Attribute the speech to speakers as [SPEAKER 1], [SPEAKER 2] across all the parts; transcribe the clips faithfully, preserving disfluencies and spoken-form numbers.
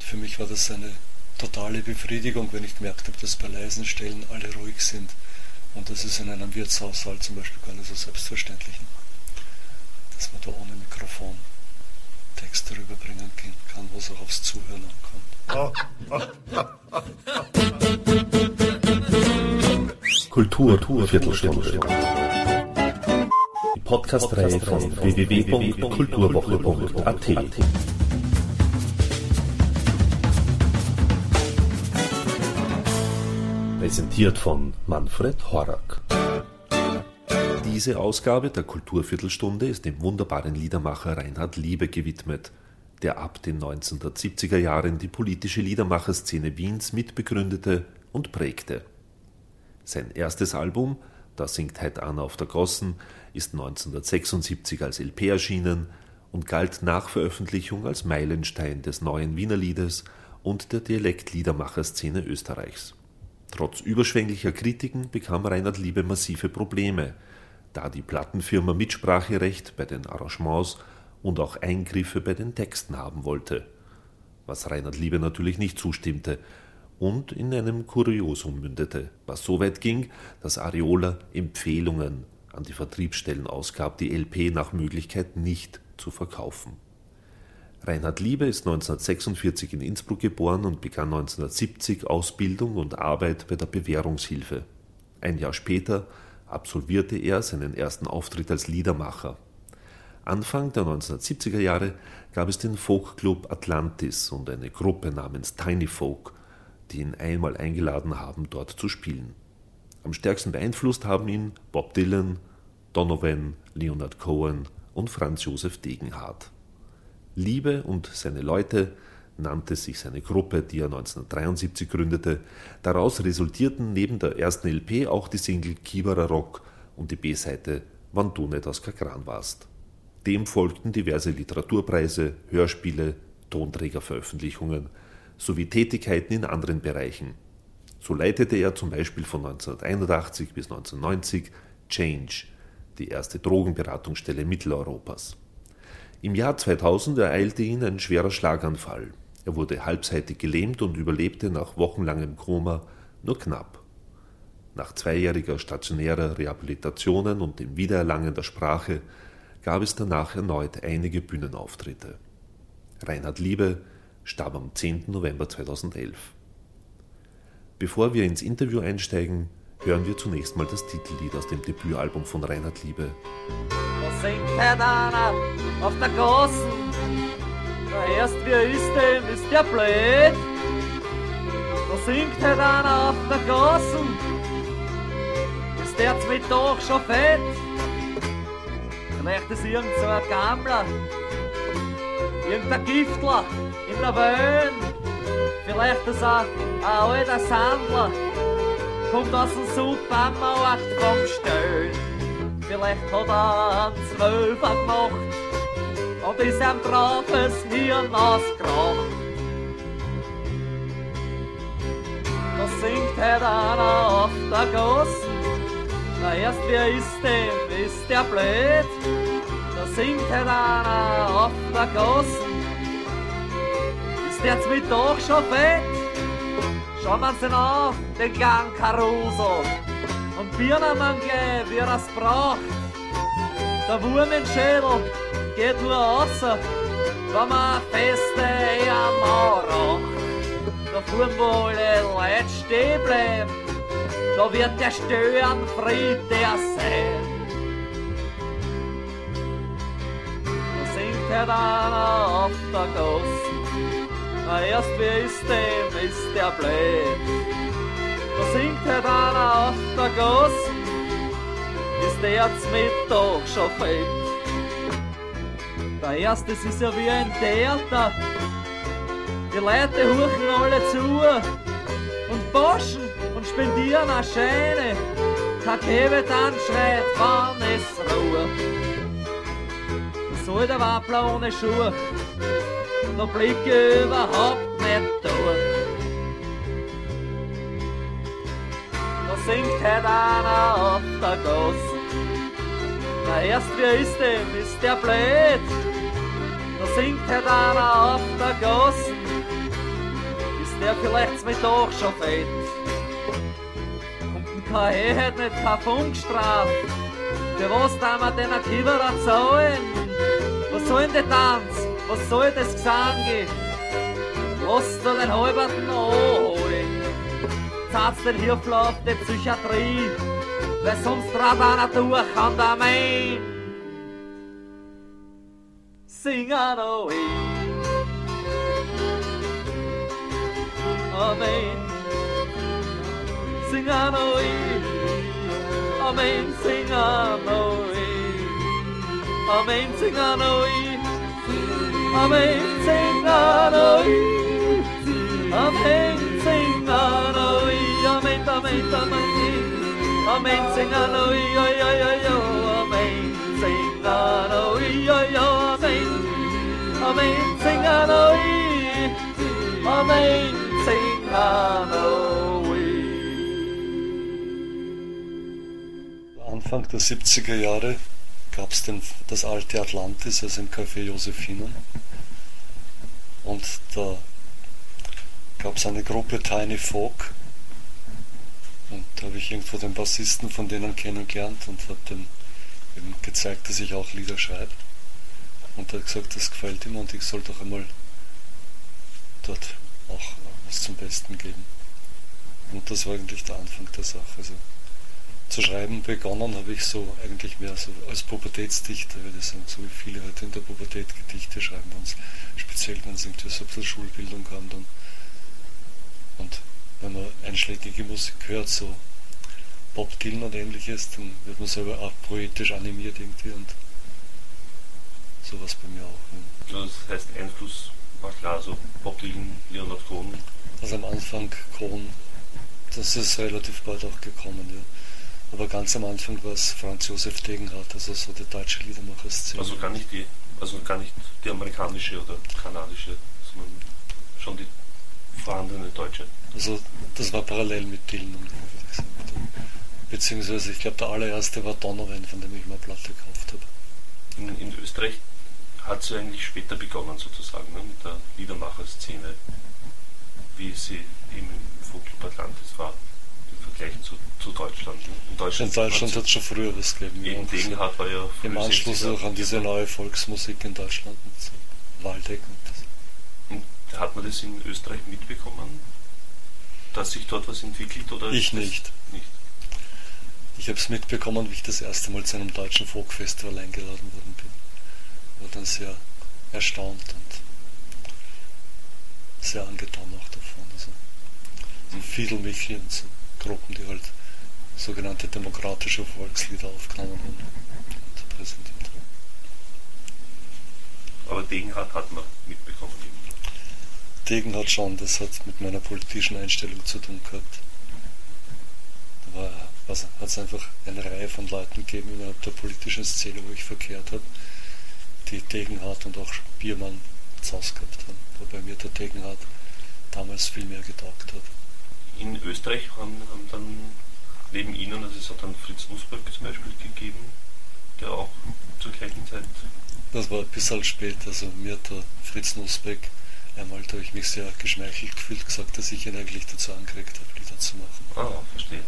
[SPEAKER 1] für mich war das eine totale Befriedigung, wenn ich gemerkt habe, dass bei leisen Stellen alle ruhig sind. Und das ist in einem Wirtshaussaal zum Beispiel gar nicht so selbstverständlich, dass man da ohne Mikrofon Texte rüberbringen kann, wo es auch aufs Zuhören ankommt.
[SPEAKER 2] Kultur, Viertelstunde. Die Podcast-Reihe von w w w punkt kulturwoche punkt a t. Präsentiert von Manfred Horak. Diese Ausgabe der Kulturviertelstunde ist dem wunderbaren Liedermacher Reinhard Liebe gewidmet, der ab den neunzehnhundertsiebziger Jahren die politische Liedermacherszene Wiens mitbegründete und prägte. Sein erstes Album, Da singt heit Anna auf der Gossen, ist neunzehnhundertsechsundsiebzig als L P erschienen und galt nach Veröffentlichung als Meilenstein des neuen Wiener Liedes und der Dialektliedermacherszene Österreichs. Trotz überschwänglicher Kritiken bekam Reinhard Liebe massive Probleme, da die Plattenfirma Mitspracherecht bei den Arrangements und auch Eingriffe bei den Texten haben wollte, was Reinhard Liebe natürlich nicht zustimmte und in einem Kuriosum mündete, was so weit ging, dass Ariola Empfehlungen an die Vertriebsstellen ausgab, die L P nach Möglichkeit nicht zu verkaufen. Reinhard Liebe ist neunzehnhundertsechsundvierzig in Innsbruck geboren und begann neunzehnhundertsiebzig Ausbildung und Arbeit bei der Bewährungshilfe. Ein Jahr später absolvierte er seinen ersten Auftritt als Liedermacher. Anfang der neunzehnhundertsiebziger Jahre gab es den Folkclub Atlantis und eine Gruppe namens Tiny Folk, die ihn einmal eingeladen haben, dort zu spielen. Am stärksten beeinflusst haben ihn Bob Dylan, Donovan, Leonard Cohen und Franz Josef Degenhardt. Liebe und seine Leute nannte sich seine Gruppe, die er neunzehnhundertdreiundsiebzig gründete. Daraus resultierten neben der ersten L P auch die Single Kieberer Rock und die B-Seite Wann du nicht aus Kakran warst. Dem folgten diverse Literaturpreise, Hörspiele, Tonträgerveröffentlichungen sowie Tätigkeiten in anderen Bereichen. So leitete er zum Beispiel von neunzehnhunderteinundachtzig bis neunzehnhundertneunzig Change, die erste Drogenberatungsstelle Mitteleuropas. Im Jahr zweitausend ereilte ihn ein schwerer Schlaganfall. Er wurde halbseitig gelähmt und überlebte nach wochenlangem Koma nur knapp. Nach zweijähriger stationärer Rehabilitationen und dem Wiedererlangen der Sprache gab es danach erneut einige Bühnenauftritte. Reinhard Liebe starb am zehnten November zweitausendelf. Bevor wir ins Interview einsteigen, hören wir zunächst mal das Titellied aus dem Debütalbum von Reinhard Liebe.
[SPEAKER 3] Da singt halt einer auf der Gassen, da erst wer ist dem, ist der blöd. Da singt halt einer auf der Gassen, ist der zum Mittag schon fett. Vielleicht ist irgend so ein Gammler, irgendein Giftler in der Wöhn. Vielleicht ist er ein alter Sandler, kommt aus dem Supermarkt vom Stall. Vielleicht hat er einen Zwölfer gemacht und ist ein braves Hirn ausgeracht. Da singt halt einer auf der Gassen, na erst wer ist dem, ist der blöd. Da singt halt einer auf der Gassen, ist der zum Mittag schon fett. Schauen wir uns den auf, den Gang Caruso, und Birnen man gleich, wie er es braucht. Der Wurm im Schädel geht nur raus, wenn man feste eher Mauer raucht. Da fuhren wo alle Leute stehen bleiben, da wird der Störenfried der sein. Da singt halt einer auf der Gasse, na erst wer ist dem, ist der blöd. Da singt halt einer auf der Gasse, ist der zum Mittag schon fett. Der erste ist ja wie ein Theater, die Leute huchen alle zu und boschen und spendieren auch Scheine. Kein Käbe dann schreit, wann es Ruhe. So der Wappler ohne Schuhe, da blicke überhaupt nicht durch. Da singt halt einer auf der Gasse, na erst wer ist dem, ist der blöd. Da singt halt einer auf der Gasse, der vielleicht mit doch schon fett. Kommt ein K E, hat nicht keine Funkstrafe. Für was da wir den Kiewer zahlen? Was soll denn der Tanz? Was soll das Gesang gehen? Lass du den halberten anholen. Zahlst den Hirfel auf die Psychiatrie, weil sonst trat einer durch an der Main. Sing away. Amen. Sing away. Amen. Sing away. Amen. Sing away. Amen. Sing away. Amen. Sing away. Amen. Amen. Amen. Amen. Sing away. Yo yo yo yo. Amen. Sing away. Yo yo. Amen. Amen. Sing away. Amen. Sing away.
[SPEAKER 1] Anfang der siebziger Jahre gab es das alte Atlantis, also im Café Josephinen. Und da gab es eine Gruppe Tiny Folk. Und da habe ich irgendwo den Bassisten von denen kennengelernt und habe dem eben gezeigt, dass ich auch Lieder schreibe. Und er hat gesagt, das gefällt ihm und ich soll doch einmal dort auch was zum Besten geben. Und das war eigentlich der Anfang der Sache. Also zu schreiben begonnen habe ich so eigentlich mehr so als Pubertätsdichter, würde ich sagen, so wie viele heute in der Pubertät Gedichte schreiben, wenn's, speziell wenn sie irgendwie so ein bisschen Schulbildung haben dann. Und wenn man einschlägige Musik hört, so Bob Dylan und ähnliches, dann wird man selber auch poetisch animiert irgendwie und sowas bei mir auch.
[SPEAKER 2] Ja. Das heißt, Einfluss war klar, so Bob Dylan, Leonard Cohen.
[SPEAKER 1] Also am Anfang Cohen, das ist relativ bald auch gekommen, ja. Aber ganz am Anfang war es Franz Josef Degenhardt, also so die deutsche Liedermacher-Szene.
[SPEAKER 2] Also gar nicht die, also gar nicht die amerikanische oder kanadische, sondern schon die vorhandene deutsche.
[SPEAKER 1] Also das war parallel mit Dylan, würde ich sagen. Beziehungsweise ich glaube der allererste war Donovan, von dem ich mal eine Platte gekauft habe.
[SPEAKER 2] In, in Österreich hat sie eigentlich später begonnen sozusagen, ne, mit der Liedermacher-Szene, wie sie eben im Folkclub Atlantis war, im Vergleich zu, zu Deutschland. Ne. In Deutschland,
[SPEAKER 1] in Deutschland hat es schon früher was gegeben.
[SPEAKER 2] Eben Degenhardt war ja
[SPEAKER 1] im Anschluss auch an diese neue Volksmusik in Deutschland mit so Waldeck und das.
[SPEAKER 2] Und hat man das in Österreich mitbekommen, dass sich dort was entwickelt? Oder
[SPEAKER 1] ich nicht.
[SPEAKER 2] nicht?
[SPEAKER 1] Ich habe es mitbekommen, wie ich das erste Mal zu einem deutschen Folkfestival eingeladen worden bin. War dann sehr erstaunt und sehr angetan auch davon. Also, so Fiedel-Michel und so Gruppen, die halt sogenannte demokratische Volkslieder aufgenommen haben und präsentiert haben.
[SPEAKER 2] Aber Degenhardt hat man mitbekommen.
[SPEAKER 1] Degenhardt schon, das hat mit meiner politischen Einstellung zu tun gehabt. Da war, also, hat es einfach eine Reihe von Leuten gegeben innerhalb der politischen Szene, wo ich verkehrt habe, die Degenhardt und auch Biermann Zaus gehabt haben. Wobei mir der Degenhardt damals viel mehr getaugt hat.
[SPEAKER 2] In Österreich haben, haben dann neben Ihnen, also es hat dann Fritz Nussberg zum Beispiel gegeben, der auch zur gleichen Zeit...
[SPEAKER 1] Das war ein bisschen spät, also mir hat der Fritz Nussberg einmal, da habe ich mich sehr geschmeichelt gefühlt, gesagt, dass ich ihn eigentlich dazu angeregt habe, Lieder zu machen.
[SPEAKER 2] Ah, verstehe.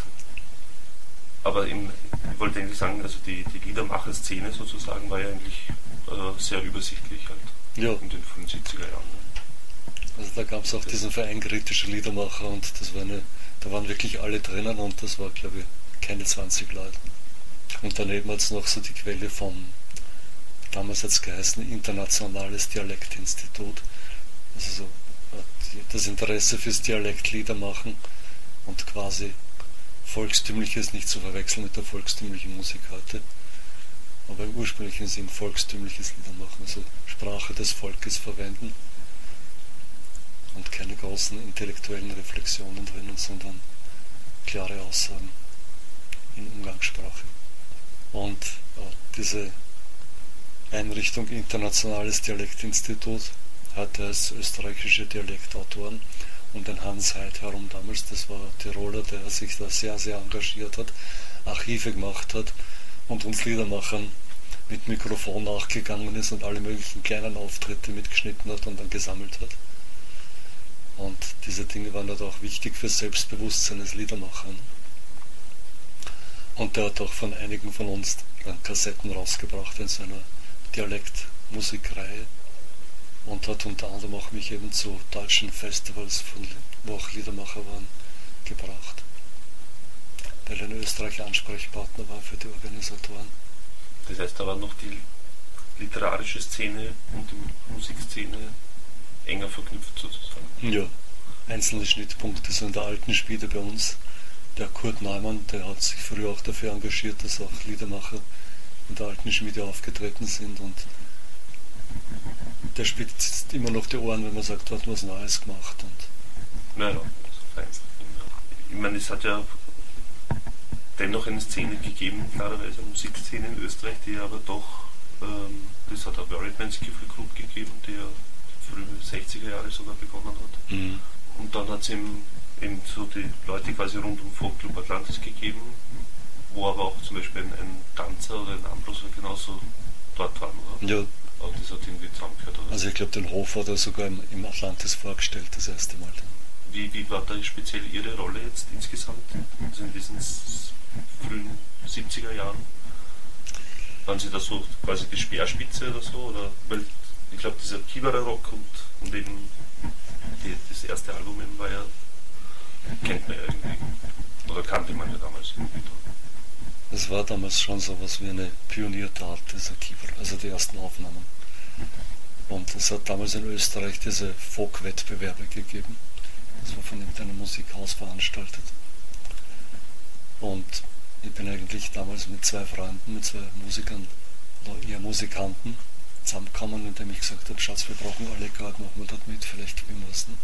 [SPEAKER 2] Aber im, ich wollte eigentlich sagen, also die, die Liedermacher-Szene sozusagen war ja eigentlich äh, sehr übersichtlich halt.
[SPEAKER 1] Ja.
[SPEAKER 2] In den fünfundsiebziger Jahren. Ne?
[SPEAKER 1] Also da gab es auch diesen Verein kritische Liedermacher und das war eine, da waren wirklich alle drinnen und das war, glaube ich, keine zwanzig Leute. Und daneben hat es noch so die Quelle vom, damals hat es geheißen, Internationales Dialektinstitut. Also so das Interesse fürs Dialektlieder machen und quasi Volkstümliches nicht zu verwechseln mit der volkstümlichen Musik heute, aber im ursprünglichen Sinn volkstümliches Lieder machen, also Sprache des Volkes verwenden und keine großen intellektuellen Reflexionen drinnen, sondern klare Aussagen in Umgangssprache. Und äh, diese Einrichtung Internationales Dialektinstitut hatte als österreichische Dialektautoren und den Hans Heid herum damals, das war Tiroler, der sich da sehr, sehr engagiert hat, Archive gemacht hat und uns Liedermachern mit Mikrofon nachgegangen ist und alle möglichen kleinen Auftritte mitgeschnitten hat und dann gesammelt hat. Und diese diese Dinge waren halt auch wichtig für das Selbstbewusstsein des Liedermachers. Und der hat auch von einigen von uns dann Kassetten rausgebracht in seiner Dialektmusikreihe und hat unter anderem auch mich eben zu deutschen Festivals, von, wo auch Liedermacher waren, gebracht. Weil er in Österreich Ansprechpartner war für die Organisatoren.
[SPEAKER 2] Das heißt, da war noch die literarische Szene und die Musikszene enger verknüpft sozusagen.
[SPEAKER 1] Ja, einzelne Schnittpunkte so in der alten Spiele bei uns. Der Kurt Neumann, der hat sich früher auch dafür engagiert, dass auch Liedermacher in der alten Schmiede aufgetreten sind, und der spitzt immer noch die Ohren, wenn man sagt, da hat was Neues gemacht. Und
[SPEAKER 2] naja, also vereinzelt. Ich meine, es hat ja dennoch eine Szene gegeben, klarerweise eine Musikszene in Österreich, die aber doch, ähm, das hat eine Worried Skiffle Club gegeben, der frühe sechziger Jahre sogar begonnen hat. Mhm. Und dann hat es eben, eben so die Leute quasi rund um Folkclub Atlantis gegeben, wo aber auch zum Beispiel ein, ein Tanzer oder ein Ambros genauso dort waren, oder?
[SPEAKER 1] Ja.
[SPEAKER 2] Aber das hat irgendwie zusammengehört, oder?
[SPEAKER 1] Also ich glaube, den Hof hat er sogar im, im Atlantis vorgestellt, das erste Mal.
[SPEAKER 2] Wie, wie war da speziell Ihre Rolle jetzt insgesamt, also in diesen frühen siebziger Jahren? Waren Sie da so quasi die Speerspitze oder so? Oder? Weil ich glaube, dieser Kieberer Rock und, und eben die, das erste Album eben war ja, kennt man ja irgendwie, oder kannte man ja damals irgendwie.
[SPEAKER 1] Es war damals schon so was wie eine Pioniertat, dieser Kieberer, also die ersten Aufnahmen. Und es hat damals in Österreich diese Folk-Wettbewerbe gegeben. Das war von irgendeinem Musikhaus veranstaltet. Und ich bin eigentlich damals mit zwei Freunden, mit zwei Musikern, oder eher Musikanten, zusammengekommen, indem ich gesagt habe, Schatz, wir brauchen alle Geld, machen wir dort mit, vielleicht gewinnen wir es. Ne?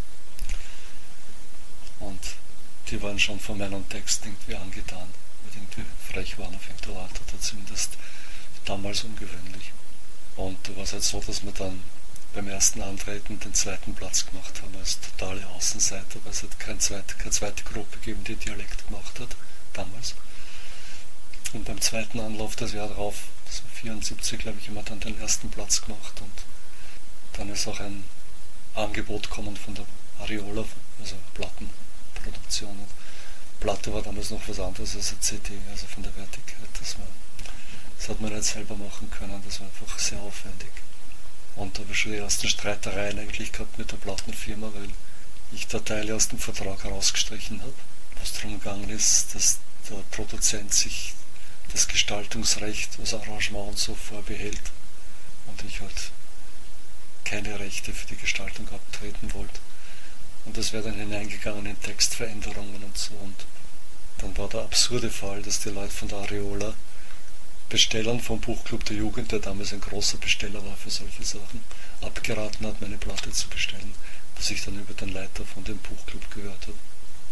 [SPEAKER 1] Und die waren schon von meinem Text irgendwie angetan, weil irgendwie frech waren auf irgendeine Art, oder zumindest damals ungewöhnlich. Und da war es halt so, dass wir dann beim ersten Antreten den zweiten Platz gemacht haben als totale Außenseiter, weil es hat keine zweite, keine zweite Gruppe gegeben, die Dialekt gemacht hat, damals. Und beim zweiten Anlauf das Jahr darauf, das war vierundsiebzig, glaube ich, haben wir dann den ersten Platz gemacht, und dann ist auch ein Angebot gekommen von der Ariola, also Plattenproduktion. Und Platte war damals noch was anderes als eine C D, also von der Wertigkeit. Das, war, das hat man nicht selber machen können, das war einfach sehr aufwendig. Und da habe ich schon die ersten Streitereien eigentlich gehabt mit der Plattenfirma, weil ich da Teile aus dem Vertrag herausgestrichen habe, wo es darum gegangen ist, dass der Produzent sich das Gestaltungsrecht, das Arrangement und so vorbehält und ich halt keine Rechte für die Gestaltung abtreten wollte. Und das wäre dann hineingegangen in Textveränderungen und so. Und dann war der absurde Fall, dass die Leute von der Ariola Bestellern vom Buchclub der Jugend, der damals ein großer Besteller war für solche Sachen, abgeraten hat, meine Platte zu bestellen, was ich dann über den Leiter von dem Buchclub gehört habe.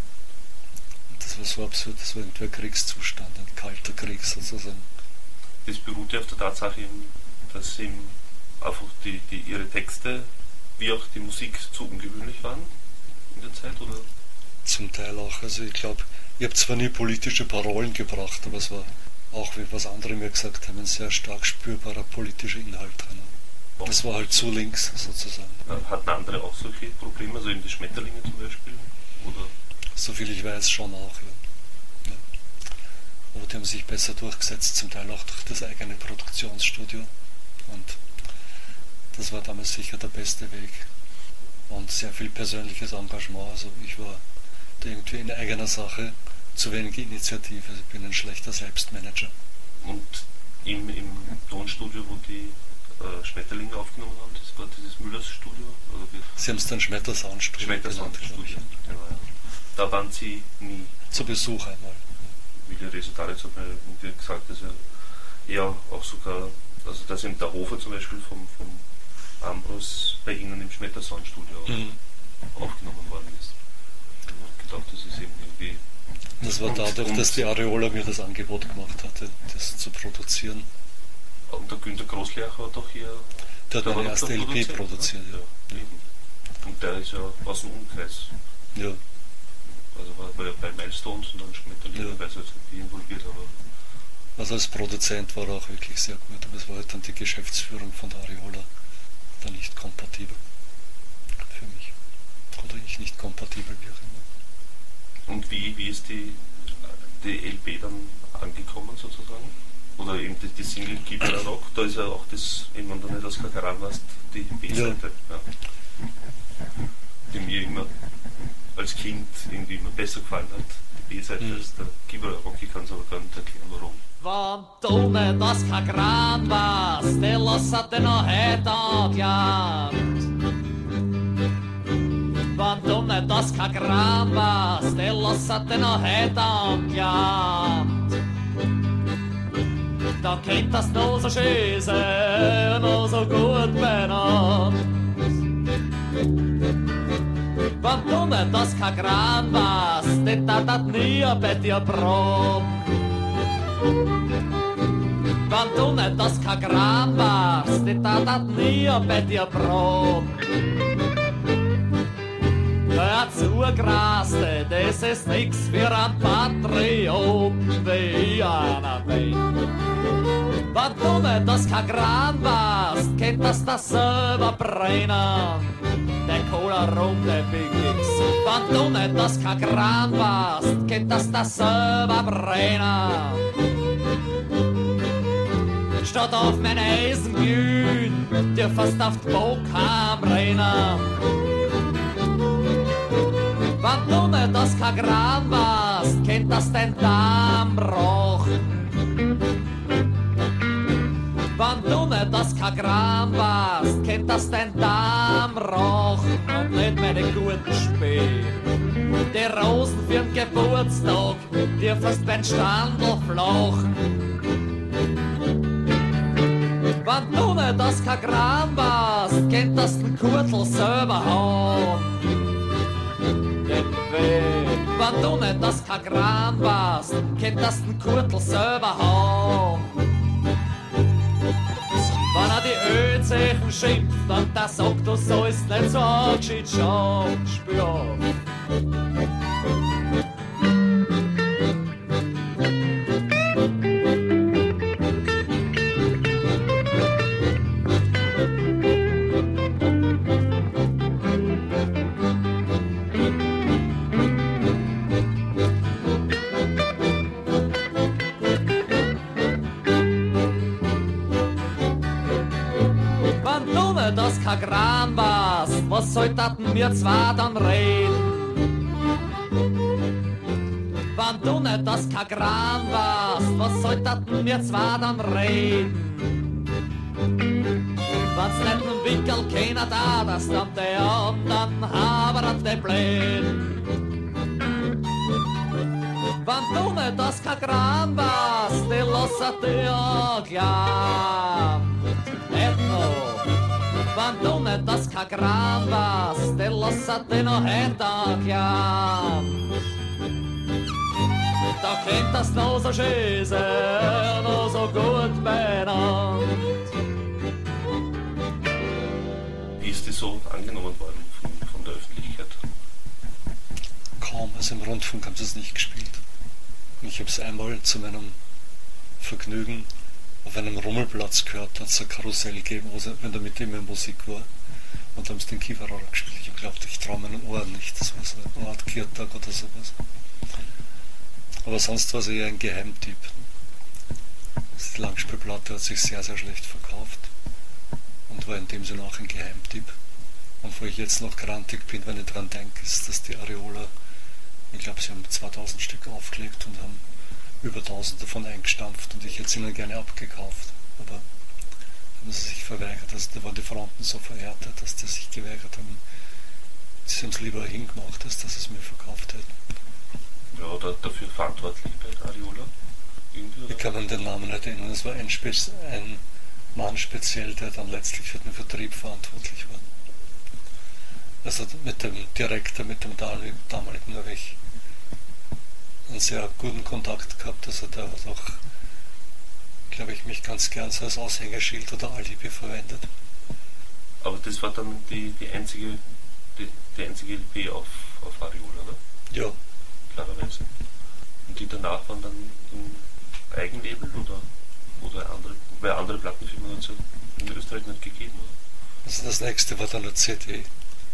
[SPEAKER 1] Und das war so absurd, das war irgendwie ein Kriegszustand, ein kalter Krieg sozusagen.
[SPEAKER 2] Das beruht ja auf der Tatsache, dass eben einfach die, die, ihre Texte wie auch die Musik zu ungewöhnlich waren in der Zeit, oder?
[SPEAKER 1] Zum Teil auch, also ich glaube, ich habe zwar nie politische Parolen gebracht, aber es war auch, wie was andere mir gesagt haben, ein sehr stark spürbarer politischer Inhalt drin. Das war halt zu links sozusagen.
[SPEAKER 2] Hatten andere auch solche Probleme, also eben die Schmetterlinge zum Beispiel? Oder?
[SPEAKER 1] Soviel ich weiß, schon auch, ja. Ja. Aber die haben sich besser durchgesetzt, zum Teil auch durch das eigene Produktionsstudio. Und das war damals sicher der beste Weg. Und sehr viel persönliches Engagement. Also ich war da irgendwie in eigener Sache, zu wenig Initiative. Also ich bin ein schlechter Selbstmanager.
[SPEAKER 2] Und im, im Tonstudio, wo die äh, Schmetterlinge aufgenommen haben, das war dieses Müllers Studio? Oder wie?
[SPEAKER 1] Sie haben es dann Schmettersound-Studio
[SPEAKER 2] Schmettersound-Studio, genau, ja. Da waren Sie nie?
[SPEAKER 1] Zu Besuch einmal.
[SPEAKER 2] Willi Resutaritz hat mir gesagt, dass er eher auch sogar, also dass eben der Hofer zum Beispiel vom, vom Ambros bei Ihnen im Schmettersound-Studio mhm. aufgenommen worden ist. Und ich habe gedacht, das ist eben irgendwie...
[SPEAKER 1] Das war dadurch, dass die Ariola mir das Angebot gemacht hatte, das zu produzieren.
[SPEAKER 2] Und der Günter Großlercher hat doch hier...
[SPEAKER 1] Der hat meine erste L P produziert, ja.
[SPEAKER 2] ja. Und der ist ja aus dem Umkreis.
[SPEAKER 1] Ja.
[SPEAKER 2] Also war, war ja bei Milestones und dann Schmetterlinge, ja. Ich weiß jetzt nicht, wie involviert, aber...
[SPEAKER 1] Also als Produzent war er auch wirklich sehr gut, aber es war halt dann die Geschäftsführung von der Ariola dann nicht kompatibel für mich. oder ich nicht kompatibel, wie auch immer.
[SPEAKER 2] Und wie, wie ist die, die L P dann angekommen sozusagen? Oder eben die, die Single Kibera Rock, da ist ja auch das, wenn du nicht aus Kakaran warst, die B-Seite, ja. Ja. Die mir immer als Kind irgendwie immer besser gefallen hat. Die B-Seite mhm. als der Kibera Rock, ich kann es aber gar nicht erklären, warum.
[SPEAKER 3] Wenn du nicht aus Kakaran warst, der lass hat den noch heute angelernt. Wenn du nicht aus Kakaran warst, der lass hat den noch heute angelernt. Da kennt das noch so schöse, noch so gut benannt. Wenn du nicht aus Kakaran warst, den tat das nie bei dir Prob. Wenn du nicht aus Kakaran warst, den tat das nie bei dir Prob. Hör zugraste, das ist nix für ein Patriot, wie ich einer bin. Wenn du nicht aus Kakaran warst, kennt das das selber brennen. Der Cola rum, der Big X. Wenn du nicht aus Kakaran warst, kennt das das selber brennen. Statt auf mein Eisen glühen, dir fast auf die Bockheim rennen. Wenn du nicht aus Kakaran warst, kennt das dein Darm rochen. Wenn du nicht aus Kakaran warst, kennt das dein Darm rochen und nicht meine guten Spee. Die Rosen für den Geburtstag, dir fast beim Standel flochen. Wenn du nicht aus Kakaran warst, kennt das den Kurtel selber haben. Wenn du nicht aus Kakaran warst, kennt das den Kurtel selber haben. Wenn er die Ölzechen schimpft und der sagt, du sollst nicht so angescheit schauen, spür auf. Aus Kakaran warst, was sollten wir zwei dann reden? Wenn du nicht aus Kakaran warst, was sollten wir zwei dann reden? Wenn's nicht einen Winkel keiner da, das dann der anderen haben die Pläne. Wenn du nicht aus Kakaran warst, die lass dir gern. Nicht noch. Wenn du nicht aus Kakaran warst, der lass dir noch heute gern. Da kennt das noch so schöse, noch so gut benannt.
[SPEAKER 2] Wie ist die so angenommen worden von, von der Öffentlichkeit?
[SPEAKER 1] Kaum, also im Rundfunk haben sie es nicht gespielt. Ich habe es einmal zu meinem Vergnügen auf einem Rummelplatz gehört, hat es ein Karussell gegeben, also wenn da mit immer Musik war. Und da haben sie den Kieferroller gespielt. Ich habe geglaubt, ich traue meinen Ohren nicht. Das war so eine Art Kirtag oder sowas. Aber sonst war es eher ein Geheimtipp. Die Langspielplatte hat sich sehr, sehr schlecht verkauft und war in dem Sinne auch ein Geheimtipp. Und wo ich jetzt noch grantig bin, wenn ich daran denke, ist, dass die Areola, ich glaube, sie haben zweitausend Stück aufgelegt und haben über tausend davon eingestampft und ich hätte sie ihnen gerne abgekauft. Aber haben sie sich verweigert. Also da waren die Fronten so verhärtet, dass die sich geweigert haben. Sie haben es lieber hingemacht, als dass sie es mir verkauft hätten.
[SPEAKER 2] Ja, oder dafür verantwortlich bei der Areola?
[SPEAKER 1] Ich kann an den Namen nicht erinnern. Es war ein, Spez- ein Mann speziell, der dann letztlich für den Vertrieb verantwortlich war. Also mit dem Direktor, mit dem damaligen habe ich einen sehr guten Kontakt gehabt. Also der hat auch, glaube ich, mich ganz gern so als Aushängeschild oder Alibi verwendet.
[SPEAKER 2] Aber das war dann die, die einzige die, die einzige L P auf, auf Areola, oder?
[SPEAKER 1] Ja.
[SPEAKER 2] Klarerweise. Und die danach waren dann im Eigenlabel oder, oder andere, weil andere Plattenfirmen hat es ja in Österreich nicht gegeben, oder?
[SPEAKER 1] Also das nächste war dann eine C D.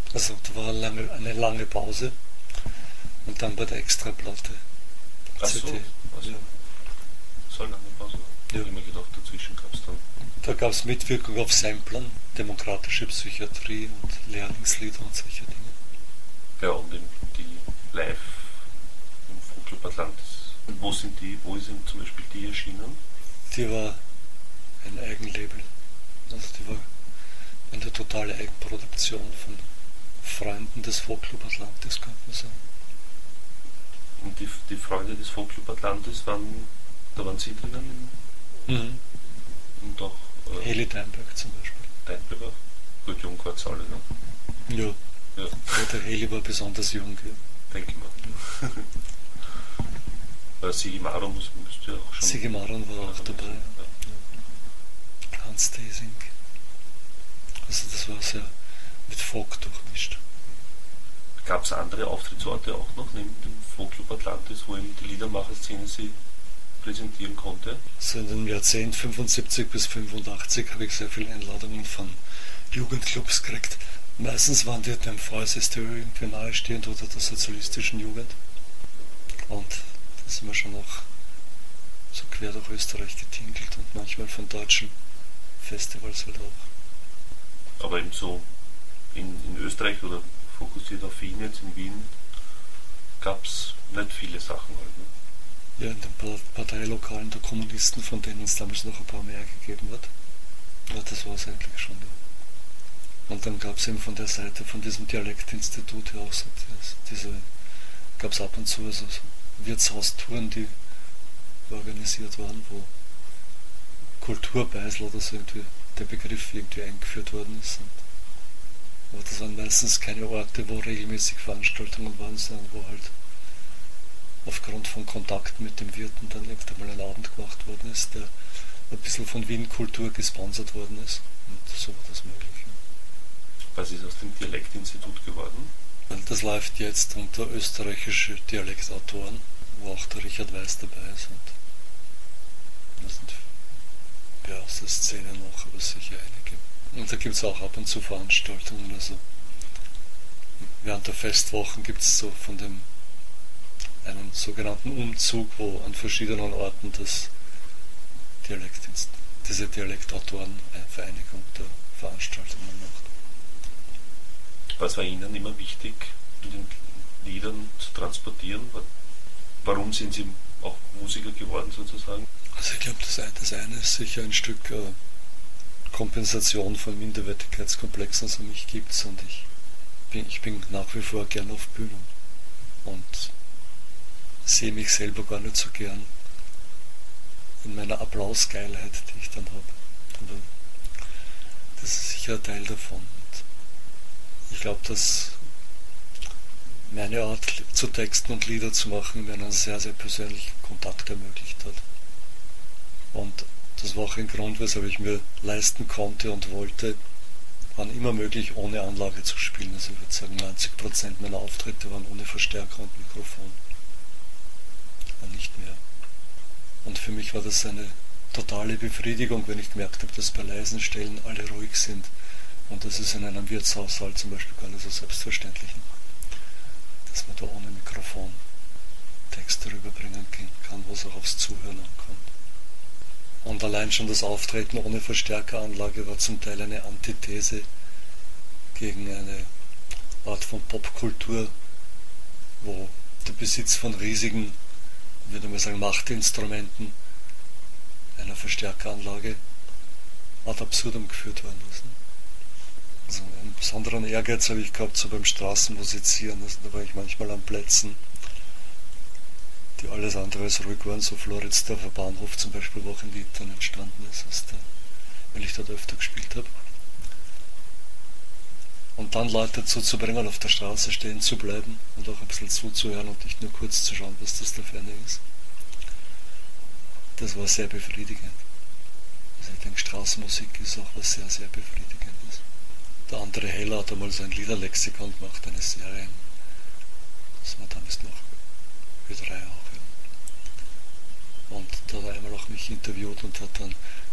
[SPEAKER 1] Also da war eine lange, eine lange Pause und dann bei der Extraplatte.
[SPEAKER 4] Ach so, also,
[SPEAKER 1] ja.
[SPEAKER 4] So eine lange Pause. Ja. Ich habe mir gedacht, dazwischen gab es dann.
[SPEAKER 1] Da gab es Mitwirkung auf Samplern, demokratische Psychiatrie und Lehrlingslieder und solche Dinge.
[SPEAKER 4] Ja, und eben die Live im Folkclub Atlantis. Und wo sind die, wo sind zum Beispiel die erschienen?
[SPEAKER 1] Die war ein Eigenlabel. Also die war eine totale Eigenproduktion von Freunden des Folkclub Atlantis, könnte man sagen.
[SPEAKER 4] Und die, die Freunde des Folkclub Atlantis waren, da waren Sie drinnen?
[SPEAKER 1] Mhm.
[SPEAKER 4] Und auch äh,
[SPEAKER 1] Heli Deinberg zum Beispiel.
[SPEAKER 4] Deinberg auch? Gut, jung war alle, ne?
[SPEAKER 1] Ja.
[SPEAKER 4] Ja.
[SPEAKER 1] Ja, der Heli war besonders jung. Ja.
[SPEAKER 4] Denke ich mal. Ja. Sigi Maron müsste ja auch schon.
[SPEAKER 1] Sigi Maron war auch dabei. Ja. Hans Desing. Also das war sehr mit Folk durchmischt.
[SPEAKER 4] Gab es andere Auftrittsorte auch noch, neben dem Folkclub Atlantis, wo eben die Liedermacher-Szene sie präsentieren konnte?
[SPEAKER 1] So in den Jahrzehnten fünfundsiebzig bis fünfundachtzig habe ich sehr viele Einladungen von Jugendclubs gekriegt. Meistens waren die dem Voice-Hysteria irgendwie nahestehend oder der sozialistischen Jugend. Und da sind wir schon auch so quer durch Österreich getingelt und manchmal von deutschen Festivals halt auch.
[SPEAKER 4] Aber eben so in, in Österreich oder fokussiert auf Wien jetzt, in Wien gab es nicht viele Sachen halt. Ne?
[SPEAKER 1] Ja, in den Parteilokalen der Kommunisten, von denen es damals noch ein paar mehr gegeben hat. Ja, das war es eigentlich schon. Ja. Und dann gab es eben von der Seite, von diesem Dialektinstitut her auch so diese, gab es ab und zu also so Wirtshaustouren, die organisiert waren, wo Kulturbeisel oder so irgendwie der Begriff irgendwie eingeführt worden ist. Und, aber das waren meistens keine Orte, wo regelmäßig Veranstaltungen waren, sondern wo halt aufgrund von Kontakten mit dem Wirten dann irgendwann mal ein Abend gemacht worden ist, der ein bisschen von Wien Kultur gesponsert worden ist. Und so war das möglich.
[SPEAKER 4] Was ist aus dem Dialektinstitut geworden?
[SPEAKER 1] Das läuft jetzt unter österreichische Dialektautoren, wo auch der Richard Weiß dabei ist. Und das sind ja aus der Szene noch, aber sicher einige. Und da gibt es auch ab und zu Veranstaltungen. Also während der Festwochen gibt es so von dem einen sogenannten Umzug, wo an verschiedenen Orten das Dialekt, diese Dialektautorenvereinigung der Veranstaltungen macht.
[SPEAKER 4] Was war Ihnen immer wichtig, in den Liedern zu transportieren? Warum sind Sie auch Musiker geworden sozusagen?
[SPEAKER 1] Also ich glaube, das, das eine ist sicher ein Stück äh, Kompensation von Minderwertigkeitskomplexen, also mich gibt es, und ich bin, ich bin nach wie vor gern auf Bühnen und sehe mich selber gar nicht so gern in meiner Applausgeilheit, die ich dann habe. Aber das ist sicher ein Teil davon. Ich glaube, dass meine Art zu Texten und Lieder zu machen mir einen sehr, sehr persönlichen Kontakt ermöglicht hat. Und das war auch ein Grund, weshalb ich mir leisten konnte und wollte, wann immer möglich, ohne Anlage zu spielen. Also ich würde sagen, neunzig Prozent meiner Auftritte waren ohne Verstärker und Mikrofon. Und nicht mehr. Und für mich war das eine totale Befriedigung, wenn ich gemerkt habe, dass bei leisen Stellen alle ruhig sind. Und das ist in einem Wirtshaushalt zum Beispiel gar nicht so selbstverständlich, dass man da ohne Mikrofon Texte rüberbringen kann, wo es auch aufs Zuhören ankommt. Und allein schon das Auftreten ohne Verstärkeranlage war zum Teil eine Antithese gegen eine Art von Popkultur, wo der Besitz von riesigen, würde man sagen, Machtinstrumenten einer Verstärkeranlage ad absurdum geführt worden ist. Also einen besonderen Ehrgeiz habe ich gehabt, so beim Straßenmusizieren. Also da war ich manchmal an Plätzen, die alles andere als ruhig waren, so Floridsdorfer Bahnhof zum Beispiel, wo auch ein Lied dann entstanden ist, der, weil ich dort öfter gespielt habe. Und dann Leute dazu zu bringen, auf der Straße stehen zu bleiben und auch ein bisschen zuzuhören und nicht nur kurz zu schauen, was das da für eine ist. Das war sehr befriedigend. Also ich denke, Straßenmusik ist auch was sehr, sehr Befriedigendes. Der andere Heller hat einmal so ein Liederlexikon gemacht, eine Serie. Das war damals noch Ö drei auch. Ja. Und da hat er einmal auch mich interviewt und hat dann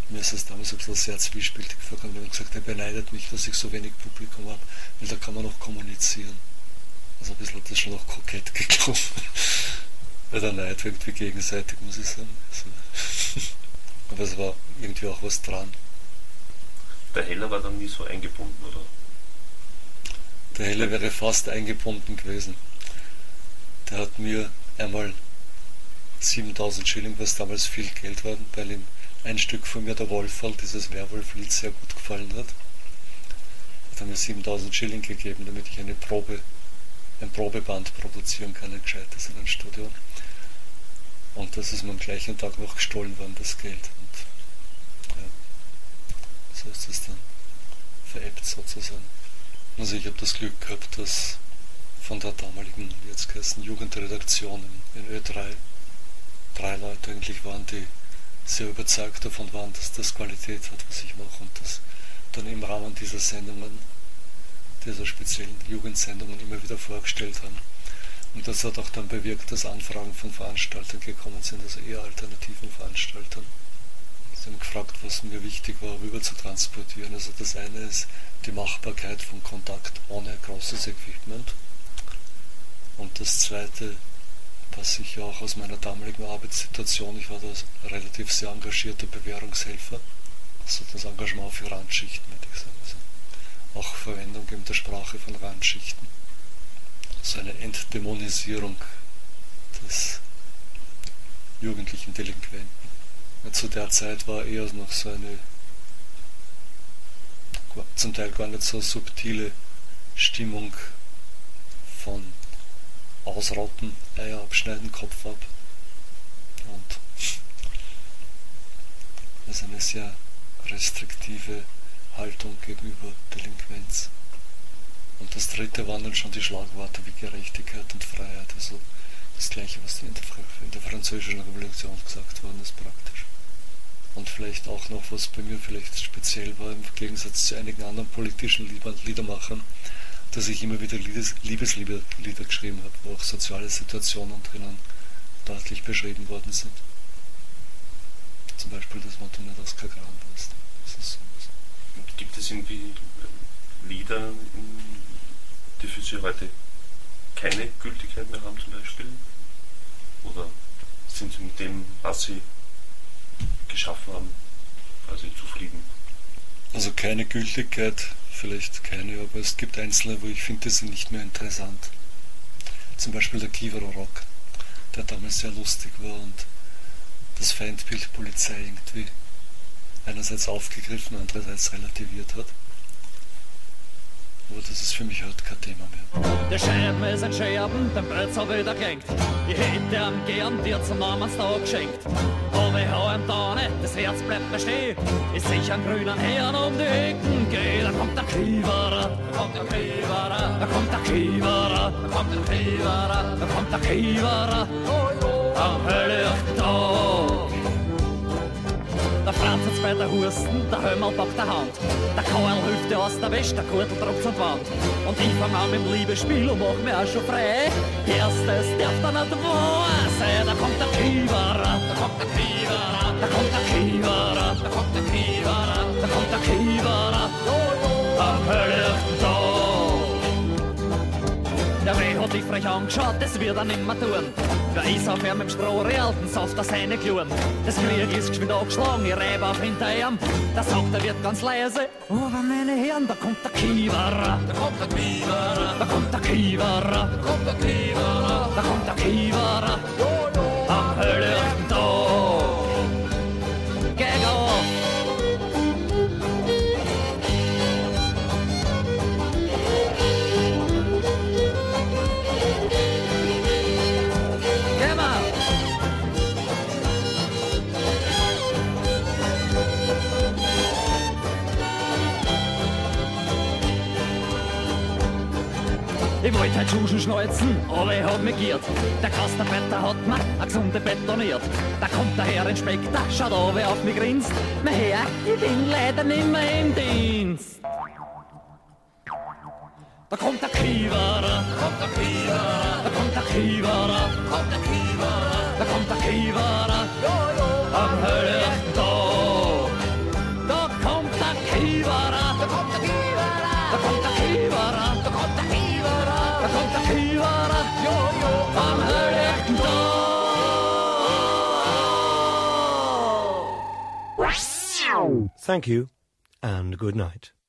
[SPEAKER 1] Mir ist es damals ein bisschen sehr zwiespältig vorgekommen. Ich habe gesagt, er beneidet mich, dass ich so wenig Publikum habe, weil da kann man noch kommunizieren. Also ein bisschen hat das schon noch kokett geklungen. Weil der Neid irgendwie gegenseitig, muss ich sagen. Also aber es war irgendwie auch was dran.
[SPEAKER 4] Der Heller war dann nie so eingebunden, oder?
[SPEAKER 1] Der Heller wäre fast eingebunden gewesen. Der hat mir einmal siebentausend Schilling, was damals viel Geld war, weil ihm ein Stück von mir, der Wolferl, dieses Werwolf-Lied, sehr gut gefallen hat. Hat er mir siebentausend Schilling gegeben, damit ich eine Probe, ein Probeband produzieren kann, ein gescheites in einem Studio. Und das ist mir am gleichen Tag noch gestohlen worden, das Geld. Und ja, so ist es dann veräppt sozusagen. Also ich habe das Glück gehabt, dass von der damaligen, jetzt geheißen Jugendredaktion in Ö drei, drei Leute eigentlich waren, die sehr überzeugt davon waren, dass das Qualität hat, was ich mache, und das dann im Rahmen dieser Sendungen, dieser speziellen Jugendsendungen immer wieder vorgestellt haben. Und das hat auch dann bewirkt, dass Anfragen von Veranstaltern gekommen sind, also eher alternativen Veranstaltern. Sie haben gefragt, was mir wichtig war, rüber zu transportieren. Also das eine ist die Machbarkeit von Kontakt ohne großes Equipment. Und das zweite, was ich auch aus meiner damaligen Arbeitssituation, ich war da relativ sehr engagierter Bewährungshelfer, also das Engagement für Randschichten, würde ich sagen. Also auch Verwendung in der Sprache von Randschichten. So eine Entdämonisierung des jugendlichen Delinquenten. Zu der Zeit war eher noch so eine zum Teil gar nicht so subtile Stimmung von Ausrotten, Eier abschneiden, Kopf ab. Und das ist eine sehr restriktive Haltung gegenüber Delinquenz. Und das dritte waren dann schon die Schlagworte wie Gerechtigkeit und Freiheit, also das gleiche, was in der, in der französischen Revolution gesagt worden ist, praktisch. Und vielleicht auch noch, was bei mir vielleicht speziell war, im Gegensatz zu einigen anderen politischen Liedermachern, dass ich immer wieder Liebes, Liebeslieder Lieder geschrieben habe, wo auch soziale Situationen drinnen deutlich beschrieben worden sind. Zum Beispiel das Motto nicht aus kein Grauen ist. Das ist so.
[SPEAKER 4] Gibt es irgendwie Lieder, die für Sie heute keine Gültigkeit mehr haben zum Beispiel? Oder sind Sie mit dem, was Sie geschaffen haben, also zufrieden?
[SPEAKER 1] Also keine Gültigkeit, vielleicht keine, aber es gibt einzelne, wo ich finde, die sind nicht mehr interessant. Zum Beispiel der Kivaro Rock, der damals sehr lustig war und das Feindbild Polizei irgendwie einerseits aufgegriffen, andererseits relativiert hat. Aber das ist für mich heute kein Thema mehr.
[SPEAKER 3] Der Scheiben ist ein Scherben, den Bötz hab ich wieder gelenkt. Ich hätte ihm gern dir zum Namenstag geschenkt. Aber ich hau ihm da nicht, das Herz bleibt mir stehen. Ist sicher ein grüner Herrn um die Ecken geh. Da kommt der Kiewerer, da kommt der Kiewerer, da kommt der Kiewerer, da kommt der Kiewerer, da kommt der Kiewerer. Am helllichten Tag. Der Franz hat's bei der Husten, der Hömmel packt der Hand. Der Karl hilft dir aus der Wäsche, der Kurtel tropft an die Wand. Und ich fang an mit dem Liebesspiel und mach mich auch schon frei. Erstes darf da nicht wahr sein. Da kommt der Kiewerer, da kommt der Kiewerer, da kommt der Kiewerer, da kommt der Kiewerer, da kommt der Kiewerer. Am helllichten Tag. Der Reh hat dich frech angeschaut, das wird er nimmer tun. Wer ist auf ihm im Strohreal, den Saft aus seine Kluren. Das Krieg ist geschwind angeschlagen, ich reibe auf hinter ihm. Der sagt, er wird ganz leise. Aber meine Herren, da kommt der Kiewerer, da kommt der Kiewerer, da kommt der Kiewerer, da kommt der Kiewerer, da kommt der Kiewerer. Am helllichten Tag. Geh auf! Ich wollte halt Schuschen schnalzen, aber ich hab mich giert. Der Kastarbeiter hat mir a gesunde betoniert. Da kommt der Herr Inspektor, schaut an, wer auf mich grinst. Mein Herr, ich bin leider nimmer im Dienst. Da kommt der Kiewerer, da kommt der Kiewerer, da kommt der Kiewerer, da kommt der Kiewerer, da kommt der Kiewerer, am helllichten Tag.
[SPEAKER 5] Thank you and good night.